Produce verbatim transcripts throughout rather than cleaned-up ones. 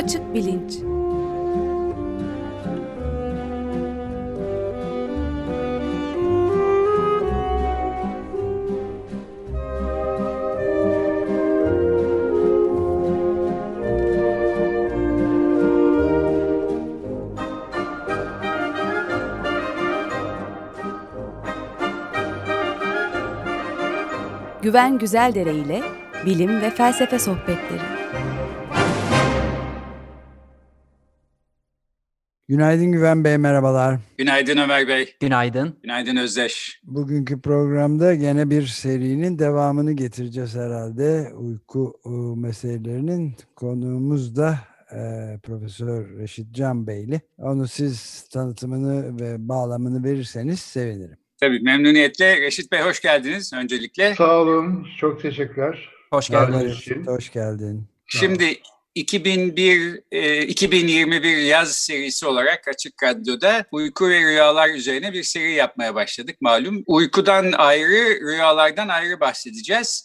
Açık Bilinç. Güven Güzeldere ile bilim ve felsefe sohbetleri. Günaydın Güven Bey, merhabalar. Günaydın Ömer Bey. Günaydın. Günaydın Özdeş. Bugünkü programda gene bir serinin devamını getireceğiz herhalde. Uyku e, meselelerinin konuğumuz da e, Profesör Reşit Can Beyli. Onu siz tanıtımını ve bağlamını verirseniz sevinirim. Tabii, memnuniyetle. Reşit Bey, hoş geldiniz öncelikle. Sağ olun, çok teşekkürler. Hoş geldiniz. Reşit, hoş geldin. Şimdi iki bin bir iki bin yirmi bir yaz serisi olarak Açık Radyo'da uyku ve rüyalar üzerine bir seri yapmaya başladık malum. Uykudan ayrı, rüyalardan ayrı bahsedeceğiz.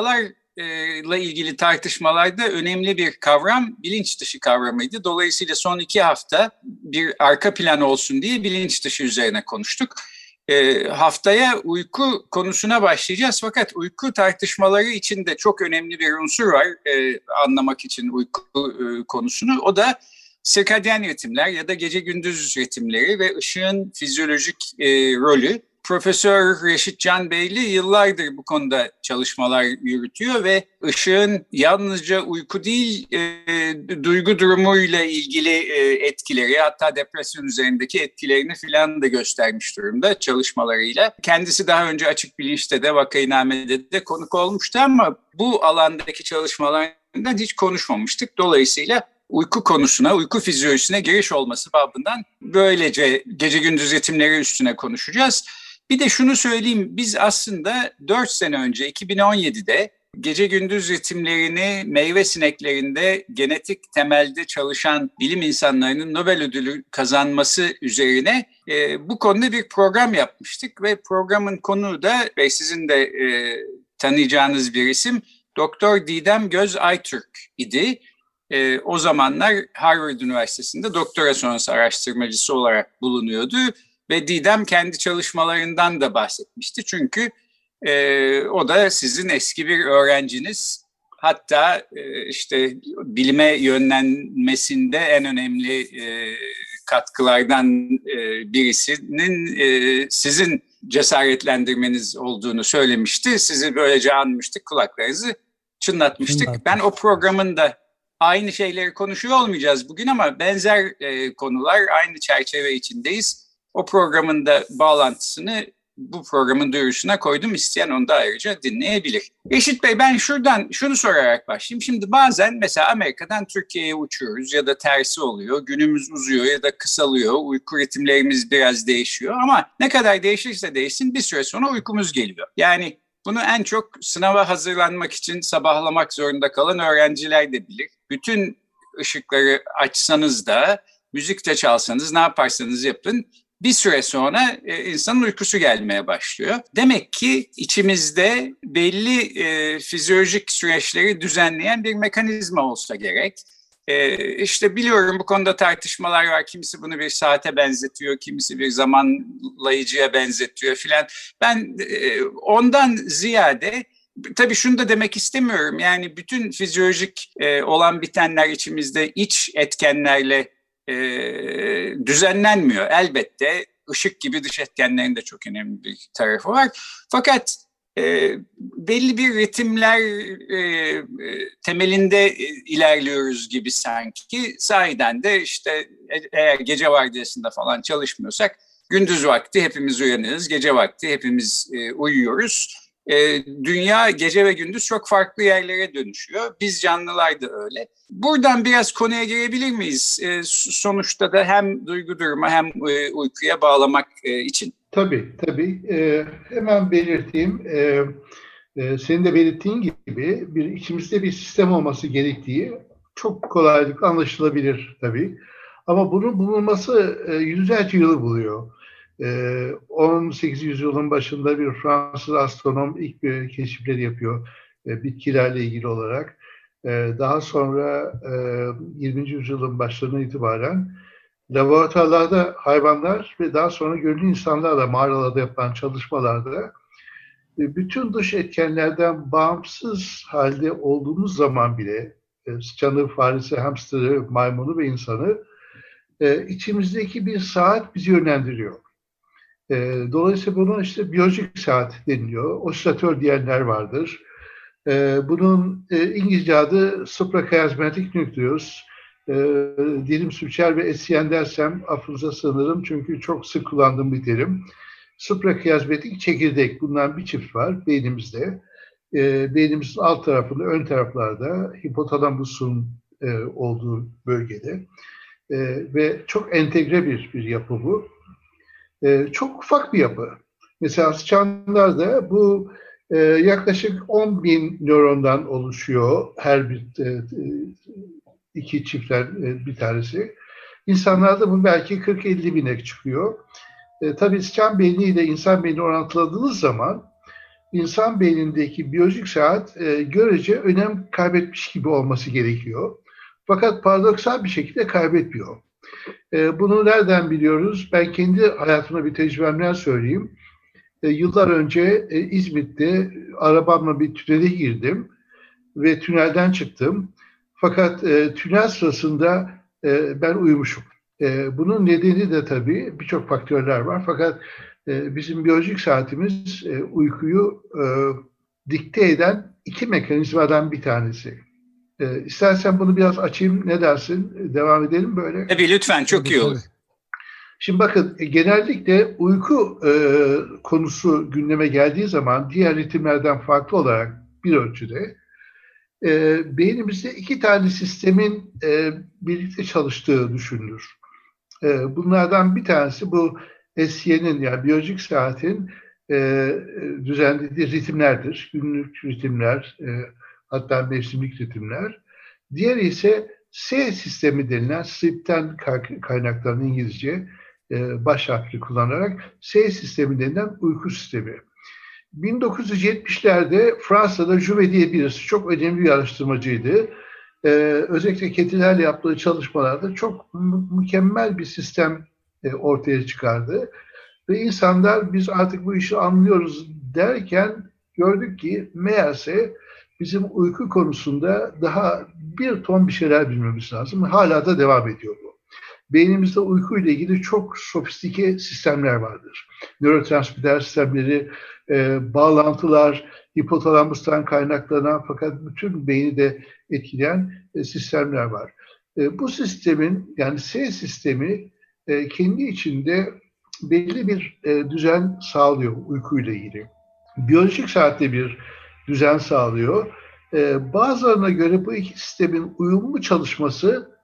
Rüyalarla ilgili tartışmalarda önemli bir kavram bilinç dışı kavramıydı. Dolayısıyla son iki hafta bir arka plan olsun diye bilinç dışı üzerine konuştuk. E, haftaya uyku konusuna başlayacağız, fakat uyku tartışmaları içinde çok önemli bir unsur var e, anlamak için uyku e, konusunu. O da sirkadyen ritimler ya da gece gündüz ritimleri ve ışığın fizyolojik e, rolü. Profesör Reşit Can Beyli yıllardır bu konuda çalışmalar yürütüyor ve ışığın yalnızca uyku değil, e, duygu durumuyla ilgili e, etkileri, hatta depresyon üzerindeki etkilerini filan da göstermiş durumda çalışmalarıyla. Kendisi daha önce Açık Bilinç'te de, Vakayname'de de konuk olmuştu ama bu alandaki çalışmalarından hiç konuşmamıştık. Dolayısıyla uyku konusuna, uyku fizyolojisine giriş olması babından böylece gece gündüz ritimleri üstüne konuşacağız. Bir de şunu söyleyeyim, biz aslında dört sene önce iki bin on yedide gece gündüz ritimlerini meyve sineklerinde genetik temelde çalışan bilim insanlarının Nobel ödülü kazanması üzerine e, bu konuda bir program yapmıştık ve programın konuğu da ve sizin de e, tanıyacağınız bir isim Doktor Didem Göz Aytürk idi. E, o zamanlar Harvard Üniversitesi'nde doktora sonrası araştırmacısı olarak bulunuyordu. Ve Didem kendi çalışmalarından da bahsetmişti. Çünkü e, o da sizin eski bir öğrenciniz. Hatta e, işte bilime yönlenmesinde en önemli e, katkılardan e, birisinin e, sizin cesaretlendirmeniz olduğunu söylemişti. Sizi böylece anmıştık, kulaklarınızı çınlatmıştık. Çınlatmış. Ben o programın da aynı şeyleri konuşuyor olmayacağız bugün ama benzer e, konular, aynı çerçeve içindeyiz. O programın da bağlantısını bu programın duyurusuna koydum. İsteyen onu da ayrıca dinleyebilir. Reşit Bey, ben şuradan şunu sorarak başlayayım. Şimdi bazen mesela Amerika'dan Türkiye'ye uçuyoruz ya da tersi oluyor. Günümüz uzuyor ya da kısalıyor. Uyku ritimlerimiz biraz değişiyor ama ne kadar değişirse değişsin bir süre sonra uykumuz geliyor. Yani bunu en çok sınava hazırlanmak için sabahlamak zorunda kalan öğrenciler de bilir. Bütün ışıkları açsanız da, müzik de çalsanız, ne yaparsanız yapın, bir süre sonra e, insanın uykusu gelmeye başlıyor. Demek ki içimizde belli e, fizyolojik süreçleri düzenleyen bir mekanizma olsa gerek. E, işte biliyorum bu konuda tartışmalar var. Kimisi bunu bir saate benzetiyor, kimisi bir zamanlayıcıya benzetiyor filan. Ben e, ondan ziyade tabii şunu da demek istemiyorum. Yani bütün fizyolojik e, olan bitenler içimizde iç etkenlerle E, düzenlenmiyor. Elbette ışık gibi dış etkenlerin de çok önemli bir tarafı var. Fakat e, belli bir ritimler e, e, temelinde e, ilerliyoruz gibi sanki. Sahiden de işte e, eğer gece vardiyasında falan çalışmıyorsak gündüz vakti hepimiz uyanırız, gece vakti hepimiz e, uyuyoruz. E, dünya gece ve gündüz çok farklı yerlere dönüşüyor. Biz canlılar da öyle. Buradan biraz konuya girebilir miyiz? E, sonuçta da hem duygu durumu hem e, uykuya bağlamak e, için. Tabii, tabii. E, hemen belirteyim. E, e, senin de belirttiğin gibi bir içimizde bir sistem olması gerektiği çok kolaylıkla anlaşılabilir tabii. Ama bunun bulunması e, yüzlerce yılı buluyor. on sekizinci yüzyılın başında bir Fransız astronom ilk bir keşifleri yapıyor bitkilerle ilgili olarak. daha sonra yirminci yüzyılın başlarına itibaren laboratuvarlarda hayvanlar ve daha sonra gönüllü insanlarla mağaralarda yapılan çalışmalarda bütün dış etkenlerden bağımsız halde olduğumuz zaman bile sıçanı, faresi, hamsterı, maymunu ve insanı içimizdeki bir saat bizi yönlendiriyor. Dolayısıyla buna işte biyolojik saat deniliyor. Osilatör diyenler vardır. Bunun İngilizce adı suprachiasmatic nucleus. Dilim sürçer ve esyen dersem affınıza sığınırım çünkü çok sık kullandığım bir terim. Suprachiasmatic çekirdek. Bundan bir çift var beynimizde. Beynimizin alt tarafında, ön taraflarda hipotalamusun olduğu bölgede. Ve çok entegre bir, bir yapı bu. Çok ufak bir yapı. Mesela sıçanlarda bu e, yaklaşık on bin nörondan oluşuyor her bir e, iki çiftler e, bir tanesi. İnsanlarda bu belki kırk elli bine çıkıyor. E, tabii sıçan beyniyle insan beynini orantıladığınız zaman insan beynindeki biyolojik saat e, görece önem kaybetmiş gibi olması gerekiyor. Fakat paradoksal bir şekilde kaybetmiyor. E, bunu nereden biliyoruz? Ben kendi hayatımda bir tecrübemden söyleyeyim. E, yıllar önce e, İzmit'te arabamla bir tünele girdim ve tünelden çıktım. Fakat e, tünel sırasında e, ben uyumuşum. E, bunun nedeni de tabii birçok faktörler var. Fakat e, bizim biyolojik saatimiz e, uykuyu e, dikte eden iki mekanizmadan bir tanesi. E, istersen bunu biraz açayım. Ne dersin? Devam edelim böyle. Tabii lütfen, çok iyi olur. Şimdi bakın genellikle uyku e, konusu gündeme geldiği zaman diğer ritimlerden farklı olarak bir ölçüde e, beynimizde iki tane sistemin e, birlikte çalıştığı düşünülür. E, bunlardan bir tanesi bu S Y'nin yani biyolojik saatin e, düzenlediği ritimlerdir. Günlük ritimler, e, hatta mevsimlik ritimler. Diğeri ise S sistemi denilen sleep'ten kaynaklanan İngilizce baş harfli kullanarak S sistemi denilen uyku sistemi. bin dokuz yüz yetmişlerde Fransa'da Jouvet diye birisi çok önemli bir araştırmacıydı. Ee, özellikle kedilerle yaptığı çalışmalarda çok mükemmel bir sistem e, ortaya çıkardı. Ve insanlar biz artık bu işi anlıyoruz derken gördük ki meğerse bizim uyku konusunda daha bir ton bir şeyler bilmemiz lazım. Hala da devam ediyor bu. Beynimizde uyku ile ilgili çok sofistike sistemler vardır. Nörotransmitter sistemleri, e, bağlantılar, hipotalamustan kaynaklanan fakat bütün beyni de etkileyen e, sistemler var. E, bu sistemin yani S sistemi e, kendi içinde belli bir e, düzen sağlıyor uyku ile ilgili. Biyolojik saatte bir düzen sağlıyor. E, bazılarına göre bu iki sistemin uyumlu çalışması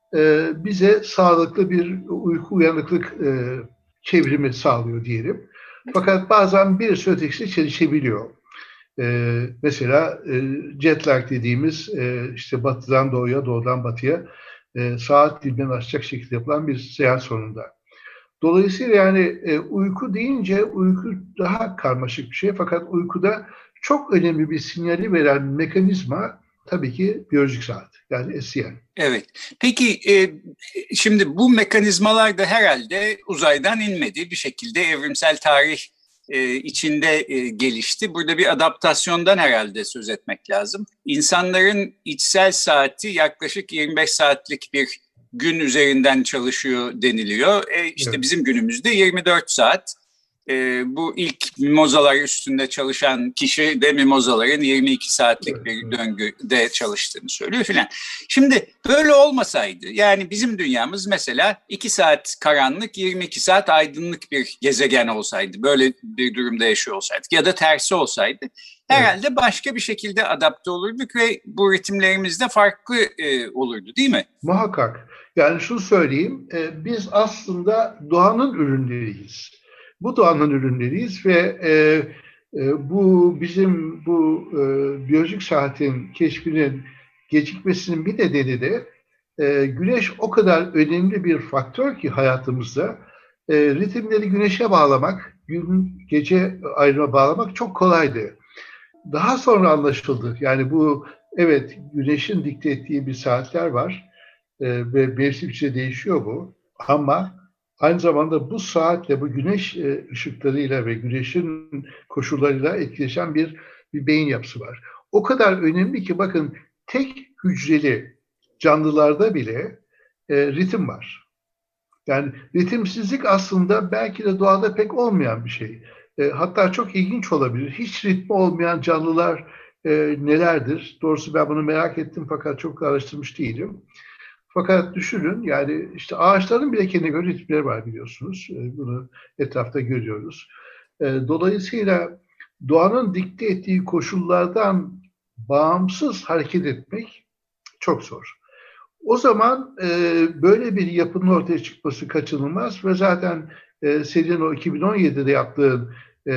bize sağlıklı bir uyku uyanıklık e, çevrimi sağlıyor diyelim. Fakat bazen birisi ötekisi çelişebiliyor. E, mesela e, jet lag dediğimiz e, işte batıdan doğuya, doğudan batıya e, saat dilinden aşacak şekilde yapılan bir seyahat sonunda. Dolayısıyla yani e, uyku deyince uyku daha karmaşık bir şey. Fakat uykuda çok önemli bir sinyali veren mekanizma tabii ki biyolojik saat, yani S Y N. Evet. Peki e, şimdi bu mekanizmalar da herhalde uzaydan inmedi. Bir şekilde evrimsel tarih e, içinde e, gelişti. Burada bir adaptasyondan herhalde söz etmek lazım. İnsanların içsel saati yaklaşık yirmi beş saatlik bir gün üzerinden çalışıyor deniliyor. E, işte evet. Bizim günümüzde yirmi dört saat. E, bu ilk mimozalar üstünde çalışan kişi de mimozaların yirmi iki saatlik bir döngüde çalıştığını söylüyor filan. Şimdi böyle olmasaydı, yani bizim dünyamız mesela iki saat karanlık, yirmi iki saat aydınlık bir gezegen olsaydı, böyle bir durumda yaşıyor olsaydık ya da tersi olsaydı, herhalde evet. Başka bir şekilde adapte olurduk ve bu ritimlerimiz de farklı e, olurdu, değil mi? Muhakkak. Yani şunu söyleyeyim, e, biz aslında doğanın ürünleriyiz. Bu doğanın ürünleriyiz ve e, e, bu bizim bu e, biyolojik saatin keşfinin gecikmesinin bir nedeni de e, güneş o kadar önemli bir faktör ki hayatımızda e, ritimleri güneşe bağlamak, gün gece ayrıma bağlamak çok kolaydı. Daha sonra anlaşıldı. Yani bu evet, güneşin dikte ettiği bir saatler var e, ve mevsimçe değişiyor bu. Ama aynı zamanda bu saatle, bu güneş e, ışıklarıyla ve güneşin koşullarıyla etkileşen bir, bir beyin yapısı var. O kadar önemli ki bakın, tek hücreli canlılarda bile e, ritim var. Yani ritimsizlik aslında belki de doğada pek olmayan bir şey. E, hatta çok ilginç olabilir. Hiç ritmi olmayan canlılar e, nelerdir? Doğrusu ben bunu merak ettim fakat çok araştırmış değilim. Fakat düşünün, yani işte ağaçların bile kendine göre ritmleri var, biliyorsunuz. E, bunu etrafta görüyoruz. E, dolayısıyla doğanın dikte ettiği koşullardan bağımsız hareket etmek çok zor. O zaman e, böyle bir yapının ortaya çıkması kaçınılmaz ve zaten e, senin o iki bin on yedide yaptığın e,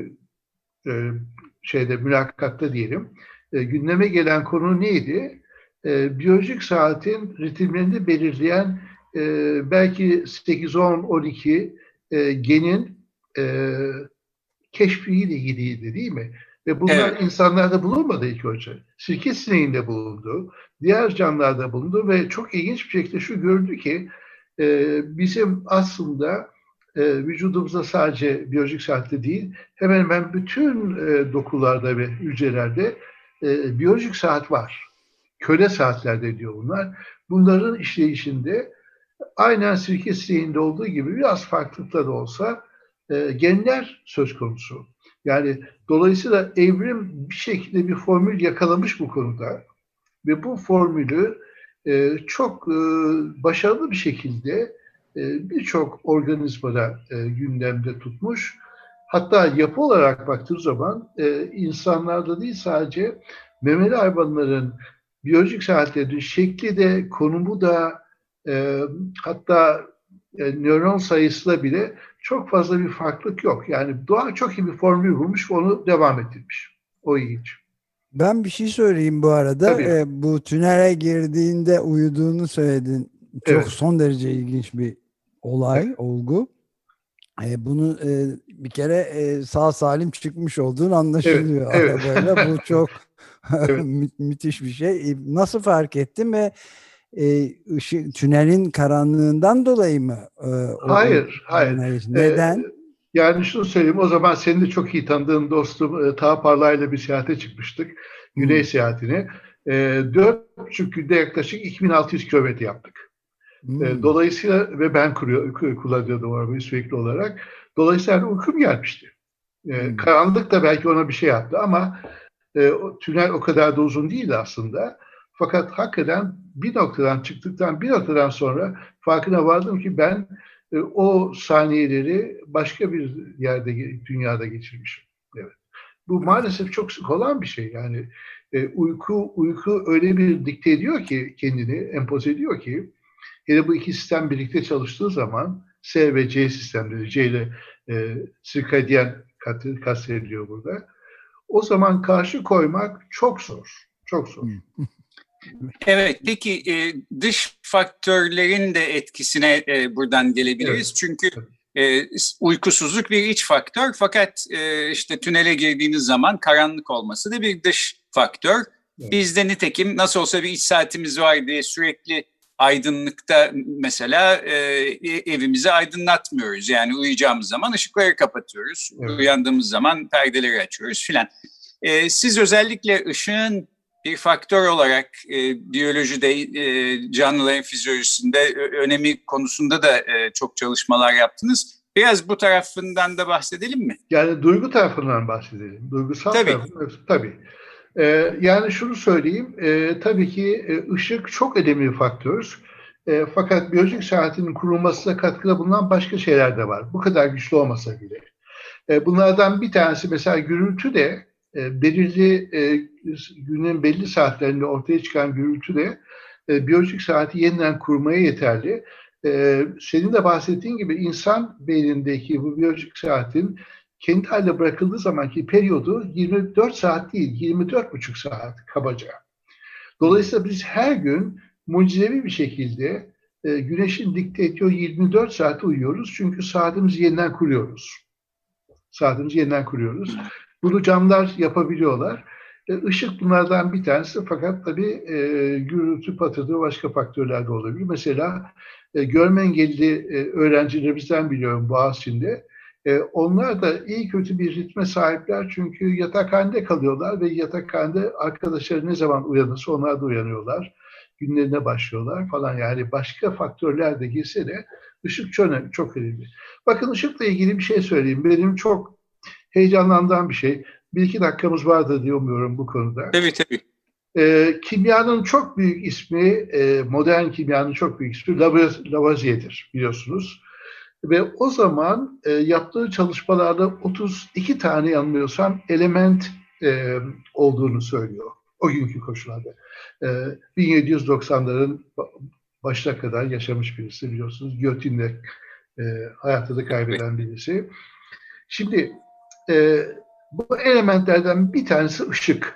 e, şeyde, mülakatta diyelim, e, gündeme gelen konu neydi? E, biyolojik saatin ritimlerini belirleyen e, belki sekiz, on, on iki e, genin e, keşfiyle ilgiliydi, değil mi? Ve bunlar evet, insanlarda bulunmadı ilk önce. Sirke sineğinde bulundu, diğer canlılarda bulundu ve çok ilginç bir şekilde şu görüldü ki e, bizim aslında e, vücudumuzda sadece biyolojik saatte değil, hemen hemen bütün e, dokularda ve hücrelerde e, biyolojik saat var. Köle saatlerde diyor bunlar. Bunların işleyişinde aynen sirke sineğinde olduğu gibi biraz farklılıkla da olsa e, genler söz konusu. Yani dolayısıyla evrim bir şekilde bir formül yakalamış bu konuda ve bu formülü e, çok e, başarılı bir şekilde e, birçok organizmada e, gündemde tutmuş. Hatta yapı olarak baktığı zaman e, insanlarda değil, sadece memeli hayvanların biyolojik saatlerinin şekli de, konumu da, e, hatta e, nöron sayısıyla bile çok fazla bir farklılık yok. Yani doğa çok iyi bir formül bulmuş ve onu devam ettirmiş. O ilginç. Ben bir şey söyleyeyim bu arada. E, bu tünele girdiğinde uyuduğunu söyledin. Çok evet, son derece ilginç bir olay, evet, olgu. E, bunu e, bir kere e, sağ salim çıkmış olduğun anlaşılıyor. Evet, evet. Arabayla. Bu çok evet, mü- müthiş bir şey. E, nasıl fark ettin ve e, ışık, tünelin karanlığından dolayı mı? E, hayır, o, hayır. Neden? Ee, yani şunu söyleyeyim, o zaman senin de çok iyi tanıdığın dostum e, Taha Parla'yla bir seyahate çıkmıştık. Güney hmm. seyahatini. E, dört buçuk günde yaklaşık iki bin altı yüz kilometre yaptık. Hmm. E, dolayısıyla ve ben kuruyor, kullanıyordum arabayı sürekli olarak. Dolayısıyla uykum gelmişti. E, hmm. Karanlık da belki ona bir şey yaptı ama e, o, tünel o kadar da uzun değildi aslında. Fakat hakikaten bir noktadan çıktıktan bir noktadan sonra farkına vardım ki ben e, o saniyeleri başka bir yerde, dünyada geçirmişim. Evet. Bu maalesef çok sık olan bir şey. Yani e, uyku uyku öyle bir dikte ediyor ki, kendini empoze ediyor ki, hele bu iki sistem birlikte çalıştığı zaman, S ve C sistemleri, C ile e, sirkadyen kastediliyor burada. O zaman karşı koymak çok zor. Çok zor. Evet, peki e, dış faktörlerin de etkisine e, buradan gelebiliriz. Evet. Çünkü e, uykusuzluk bir iç faktör, fakat e, işte tünele girdiğiniz zaman karanlık olması da bir dış faktör. Evet. Bizde nitekim nasıl olsa bir iç saatimiz var diye sürekli aydınlıkta mesela e, evimizi aydınlatmıyoruz. Yani uyuyacağımız zaman ışıkları kapatıyoruz. Evet. Uyandığımız zaman perdeleri açıyoruz filan. E, siz özellikle ışığın bir faktör olarak e, biyolojide, e, canlıların fizyolojisinde e, önemi konusunda da e, çok çalışmalar yaptınız. Biraz bu tarafından da bahsedelim mi? Yani duygu tarafından bahsedelim. Duygusal tabii. tarafından. Tabii. Ee, yani şunu söyleyeyim, e, tabii ki e, ışık çok önemli bir faktör. E, fakat biyolojik saatin kurulmasına katkıda bulunan başka şeyler de var. Bu kadar güçlü olmasa bile. E, bunlardan bir tanesi mesela gürültü de, e, belirli e, günün belli saatlerinde ortaya çıkan gürültü de e, biyolojik saati yeniden kurmaya yeterli. E, senin de bahsettiğin gibi insan beynindeki bu biyolojik saatin kendi haline bırakıldığı zamanki periyodu yirmi dört saat değil, yirmi dört buçuk saat kabaca. Dolayısıyla biz her gün mucizevi bir şekilde e, güneşin dikte ettiği yirmi dört saat uyuyoruz. Çünkü saatimizi yeniden kuruyoruz. Saatimizi yeniden kuruyoruz. Bunu canlılar yapabiliyorlar. Işık bunlardan bir tanesi, fakat tabii e, gürültü, patırtı, başka faktörler de olabilir. Mesela e, görme engelli e, öğrencilerimizden biliyorum Boğaziçi'nde. E, onlar da iyi kötü bir ritme sahipler, çünkü yatakhanede kalıyorlar ve yatakhanede arkadaşları ne zaman uyanırsa onlar da uyanıyorlar. Günlerine başlıyorlar falan, yani başka faktörler de girse de ışık çok, çok önemli. Bakın, ışıkla ilgili bir şey söyleyeyim. Benim çok heyecanlandığım bir şey. Bir iki dakikamız vardı diye umuyorum bu konuda. Tabii tabii. E, kimyanın çok büyük ismi, e, modern kimyanın çok büyük ismi Lavoisier'dir biliyorsunuz. Ve o zaman e, yaptığı çalışmalarda otuz iki tane yanılmıyorsam element e, olduğunu söylüyor. O günkü koşullarda. E, bin yedi yüz doksanların başına kadar yaşamış birisi biliyorsunuz. Göttin'de e, hayatını da kaybeden birisi. Şimdi e, bu elementlerden bir tanesi ışık.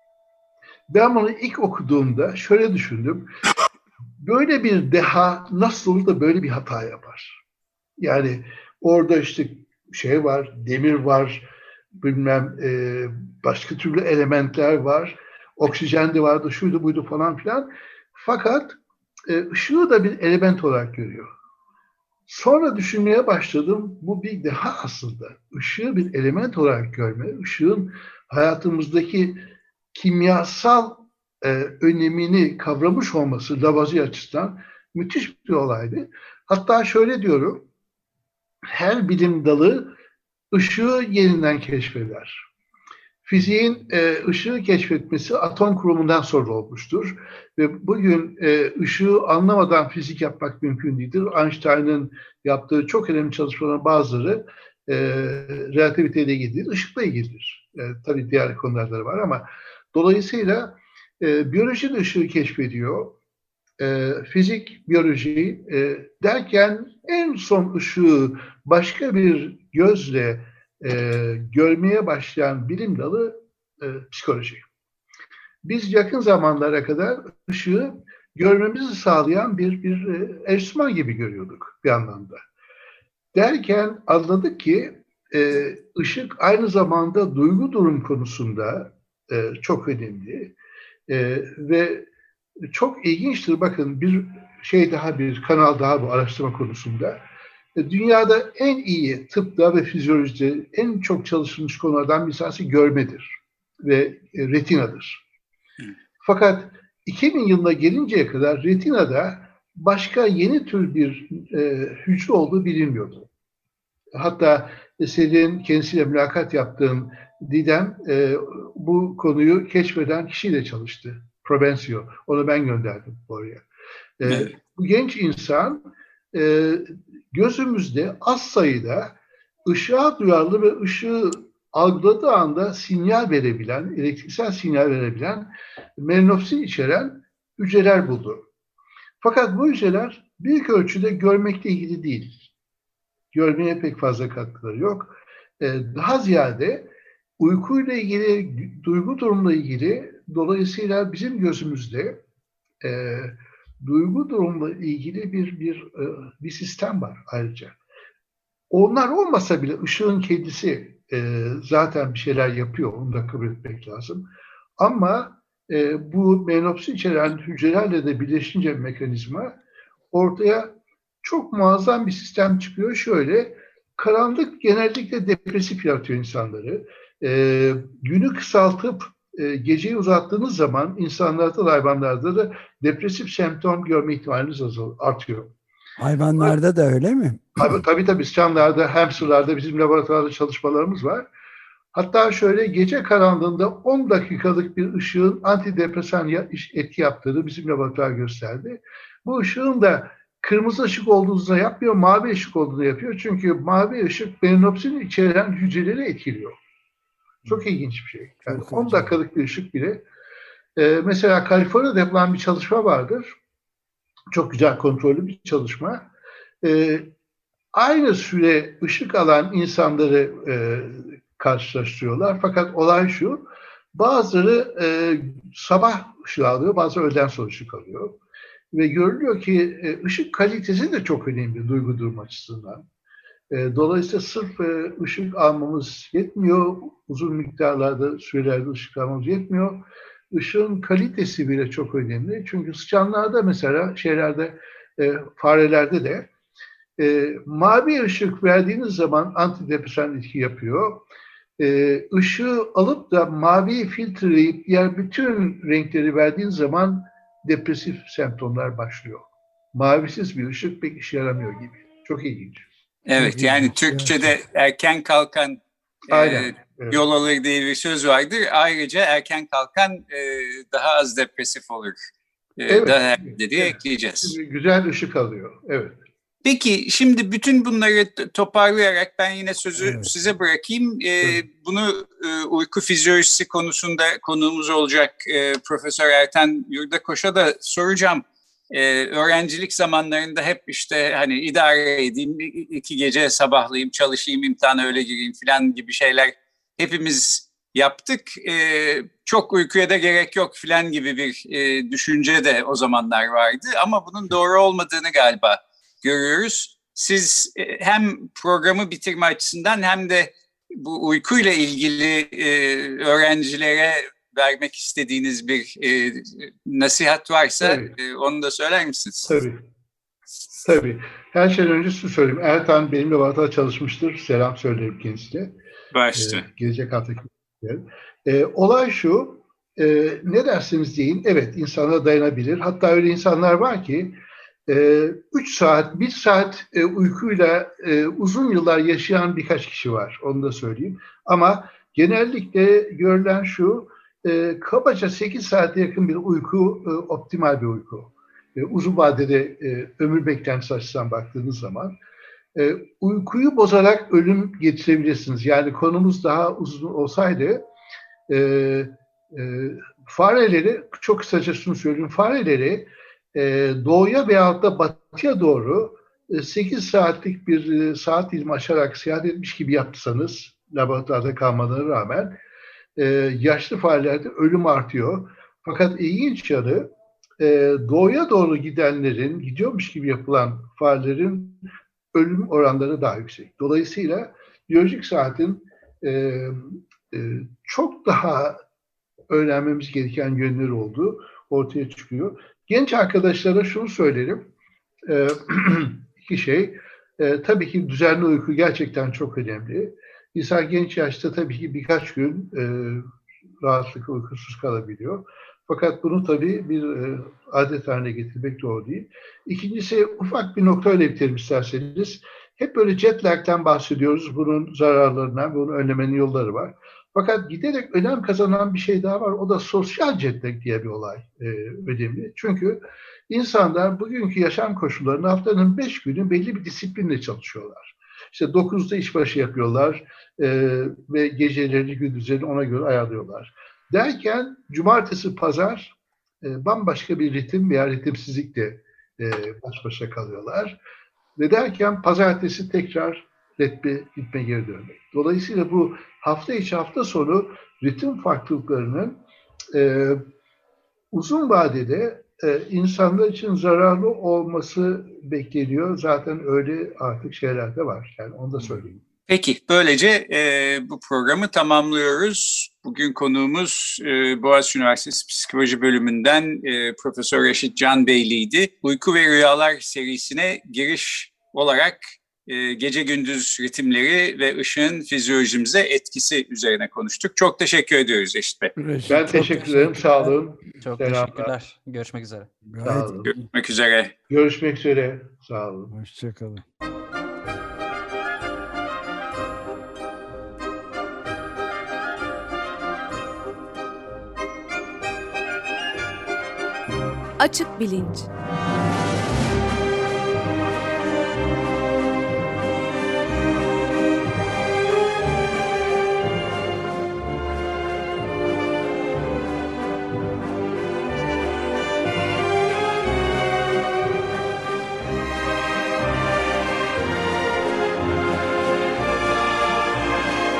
Ben bunu ilk okuduğumda şöyle düşündüm. Böyle bir deha nasıl olur da böyle bir hata yapar? Yani orada işte şey var, demir var, bilmem e, başka türlü elementler var, oksijen de vardı, şuydu buydu falan filan. Fakat e, ışığı da bir element olarak görüyor. Sonra düşünmeye başladım, bu bir deha aslında. Işığı bir element olarak görme, ışığın hayatımızdaki kimyasal e, önemini kavramış olması Lavoisier açısından müthiş bir olaydı. Hatta şöyle diyorum, her bilim dalı ışığı yeniden keşfeder. Fiziğin e, ışığı keşfetmesi atom kurumundan sonra olmuştur. Ve bugün e, ışığı anlamadan fizik yapmak mümkün değildir. Einstein'ın yaptığı çok önemli çalışmaların bazıları e, relativiteyle ilgilidir, ışıkla ilgilidir. E, tabii diğer konularda da var ama dolayısıyla e, biyoloji de ışığı keşfediyor. E, fizik, biyoloji e, derken en son ışığı başka bir gözle e, görmeye başlayan bilim dalı e, psikoloji. Biz yakın zamanlara kadar ışığı görmemizi sağlayan bir, bir e, enstrüman gibi görüyorduk bir anlamda. Derken anladık ki e, ışık aynı zamanda duygu durum konusunda e, çok önemli e, ve çok ilginçtir. Bakın, bir şey daha, bir kanal daha bu araştırma konusunda. Dünyada en iyi tıpta ve fizyolojide en çok çalışılmış konulardan bir tanesi görmedir ve retinadır. Fakat iki bin yılına gelinceye kadar retinada başka yeni tür bir e, hücre olduğu bilinmiyordu. Hatta senin kendisiyle mülakat yaptığın Didem e, bu konuyu keşfeden kişiyle çalıştı. Provencio. Onu ben gönderdim oraya. E, evet. Bu genç insan e, gözümüzde az sayıda ışığa duyarlı ve ışığı algıladığı anda sinyal verebilen, elektriksel sinyal verebilen melanopsin içeren hücreler buldu. Fakat bu hücreler büyük ölçüde görmekle ilgili değil. Görmeye pek fazla katkıları yok. E, daha ziyade uykuyla ilgili, duygu durumla ilgili, dolayısıyla bizim gözümüzde e, duygu durumla ilgili bir bir e, bir sistem var ayrıca. Onlar olmasa bile ışığın kendisi e, zaten bir şeyler yapıyor, onu da kabul etmek lazım. Ama e, bu melanopsin içeren hücrelerle de birleşince mekanizma ortaya çok muazzam bir sistem çıkıyor. Şöyle, karanlık genellikle depresif yaratıyor insanları. E, günü kısaltıp e, geceyi uzattığınız zaman insanlarda da hayvanlarda da depresif semptom görme ihtimaliniz azal, artıyor. Hayvanlarda da öyle mi? Tabii tabii, tabii. Sıçanlarda, hamsterlarda bizim laboratuvarda çalışmalarımız var. Hatta şöyle, gece karanlığında on dakikalık bir ışığın antidepresan etki yaptığını bizim laboratuvar gösterdi. Bu ışığın da kırmızı ışık olduğunda yapmıyor, mavi ışık olduğunu yapıyor. Çünkü mavi ışık melanopsin içeren hücreleri etkiliyor. Çok ilginç bir şey. Yani on dakikalık bir ışık bile. Ee, mesela Kaliforniya'da yapılan bir çalışma vardır. Çok güzel kontrollü bir çalışma. Ee, aynı süre ışık alan insanları e, karşılaştırıyorlar. Fakat olay şu, bazıları e, sabah ışığı alıyor, bazıları öğleden sonra ışık alıyor. Ve görülüyor ki e, ışık kalitesi de çok önemli duygu durum açısından. Dolayısıyla sırf ışık almamız yetmiyor, uzun miktarlarda, sürelerde ışık almamız yetmiyor. Işığın kalitesi bile çok önemli. Çünkü sıçanlarda mesela şeylerde, farelerde de mavi ışık verdiğiniz zaman antidepresan etki yapıyor. Işığı alıp da maviyi filtreleyip diğer bütün renkleri verdiğiniz zaman depresif semptomlar başlıyor. Mavisiz bir ışık pek işe yaramıyor gibi. Çok ilginç. Evet, yani Türkçe'de erken kalkan Aynen, e, evet. yol alır diye bir söz vardır. Ayrıca erken kalkan e, daha az depresif olur. E, Evet, daha diye evet. ekleyeceğiz. Güzel ışık alıyor. Evet. Peki şimdi bütün bunları toparlayarak ben yine sözü Evet. size bırakayım. Ee, Evet. bunu e, uyku fizyolojisi konusunda konuğumuz olacak e, Profesör Ertan Yurdakoş'a da soracağım. Ee, öğrencilik zamanlarında hep işte hani idare edeyim, iki gece sabahlayayım, çalışayım, imtihana öyle gireyim falan gibi şeyler hepimiz yaptık. Ee, çok uykuya da gerek yok falan gibi bir e, düşünce de o zamanlar vardı. Ama bunun doğru olmadığını galiba görüyoruz. Siz hem programı bitirme açısından hem de bu uykuyla ilgili e, öğrencilere vermek istediğiniz bir e, nasihat varsa e, onu da söyler misiniz? Tabii. Tabii. Her şeyden önce şunu söyleyeyim. Ertan benimle Varta'da çalışmıştır. Selam söylerim kendisine. Başta. Ee, gelecek haftaki. Ee, olay şu. E, ne dersiniz deyin. Evet, insana dayanabilir. Hatta öyle insanlar var ki üç saat, bir saat e, uykuyla e, uzun yıllar yaşayan birkaç kişi var. Onu da söyleyeyim. Ama genellikle görülen şu, e, kabaca sekiz saate yakın bir uyku, e, optimal bir uyku. E, uzun vadede e, ömür beklentisi açısından baktığınız zaman. E, uykuyu bozarak ölüm getirebilirsiniz. Yani konumuz daha uzun olsaydı, e, e, fareleri, çok kısaca şunu söyleyeyim, fareleri doğuya veyahut da batıya doğru sekiz saatlik bir saat dilimi aşarak seyahat etmiş gibi yapsanız, laboratuvarda kalmalarına rağmen yaşlı farelerde ölüm artıyor. Fakat ilginç yanı, doğuya doğru gidenlerin, gidiyormuş gibi yapılan farelerin ölüm oranları daha yüksek. Dolayısıyla biyolojik saatin çok daha öğrenmemiz gereken yönleri olduğu ortaya çıkıyor. Genç arkadaşlara şunu söylerim. E, iki şey. E, tabii ki düzenli uyku gerçekten çok önemli. İnsan genç yaşta tabii ki birkaç gün e, rahatlıkla uykusuz kalabiliyor. Fakat bunu tabii bir e, adet haline getirmek doğru değil. İkincisi, ufak bir noktayla bitirelim isterseniz. Hep böyle jet lag'den bahsediyoruz. Bunun zararlarından, bunun önlemenin yolları var. Fakat giderek önem kazanan bir şey daha var. O da sosyal jet lag diye bir olay e, önemli. Çünkü insanlar bugünkü yaşam koşullarında haftanın beş günü belli bir disiplinle çalışıyorlar. İşte dokuzda işbaşı yapıyorlar e, ve geceleri gündüzlerini ona göre ayarlıyorlar. Derken cumartesi, pazar e, bambaşka bir ritim veya ritimsizlikle e, baş başa kalıyorlar. Ve derken pazartesi tekrar ritme, ritme geri dönmek. Dolayısıyla bu hafta içi hafta sonu ritim farklılıklarının e, uzun vadede e, insanlar için zararlı olması bekleniyor. Zaten öyle artık şeyler de var. Yani onu da söyleyeyim. Peki, böylece e, bu programı tamamlıyoruz. Bugün konuğumuz e, Boğaziçi Üniversitesi Psikoloji Bölümünden e, Profesör Reşit Can Beyli'ydi. Uyku ve Rüyalar serisine giriş olarak e, gece gündüz ritimleri ve ışığın fizyolojimize etkisi üzerine konuştuk. Çok teşekkür ediyoruz Reşit Bey. Reşit, ben teşekkür ederim. Sağ olun. Çok Selamlar. teşekkürler. Görüşmek üzere. Sağ olun. Görüşmek üzere. Görüşmek üzere. Sağ olun. Hoşçakalın. Açık bilinç.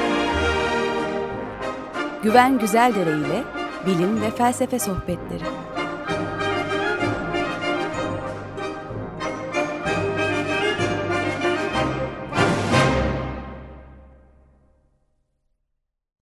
Güven Güzeldere ile bilim ve felsefe sohbetleri.